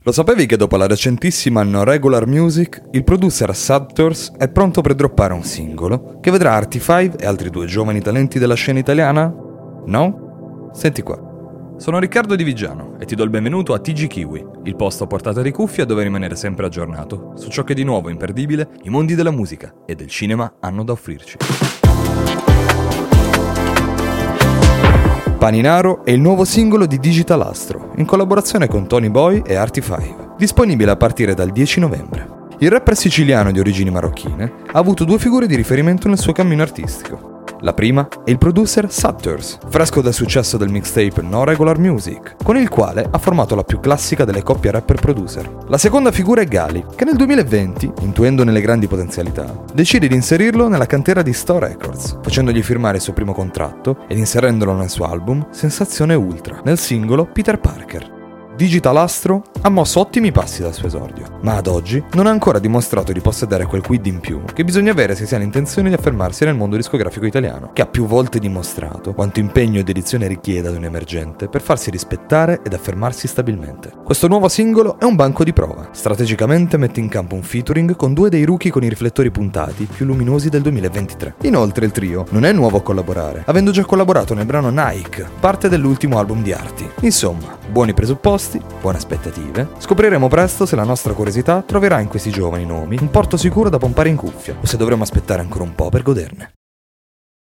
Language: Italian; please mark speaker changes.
Speaker 1: Lo sapevi che dopo la recentissima No Regular Music, il producer Sutter's è pronto per droppare un singolo che vedrà Artie5 e altri due giovani talenti della scena italiana? No? Senti qua. Sono Riccardo Di Vigiano e ti do il benvenuto a TG Kiwi, il posto a portata di cuffia dove rimanere sempre aggiornato su ciò che di nuovo e imperdibile i mondi della musica e del cinema hanno da offrirci. Paninaro è il nuovo singolo di Digital Astro, in collaborazione con Tony Boy e Artie5, disponibile a partire dal 10 novembre. Il rapper siciliano di origini marocchine ha avuto due figure di riferimento nel suo cammino artistico. La prima è il producer Sutter's, fresco dal successo del mixtape No Regular Music, con il quale ha formato la più classica delle coppie rapper-producer. La seconda figura è Gali, che nel 2020, intuendone le grandi potenzialità, decide di inserirlo nella cantera di Sto Records, facendogli firmare il suo primo contratto ed inserendolo nel suo album Sensazione Ultra, nel singolo Peter Parker. Digital Astro ha mosso ottimi passi dal suo esordio, ma ad oggi non ha ancora dimostrato di possedere quel quid in più che bisogna avere se si ha l'intenzione di affermarsi nel mondo discografico italiano, che ha più volte dimostrato quanto impegno e dedizione richieda ad un emergente per farsi rispettare ed affermarsi stabilmente. Questo nuovo singolo è un banco di prova. Strategicamente mette in campo un featuring con due dei rookie con i riflettori puntati più luminosi del 2023. Inoltre il trio non è nuovo a collaborare, avendo già collaborato nel brano Nike, parte dell'ultimo album di Artie. Insomma, buoni presupposti, buone aspettative. Scopriremo presto se la nostra curiosità troverà in questi giovani nomi un porto sicuro da pompare in cuffia o se dovremo aspettare ancora un po' per goderne.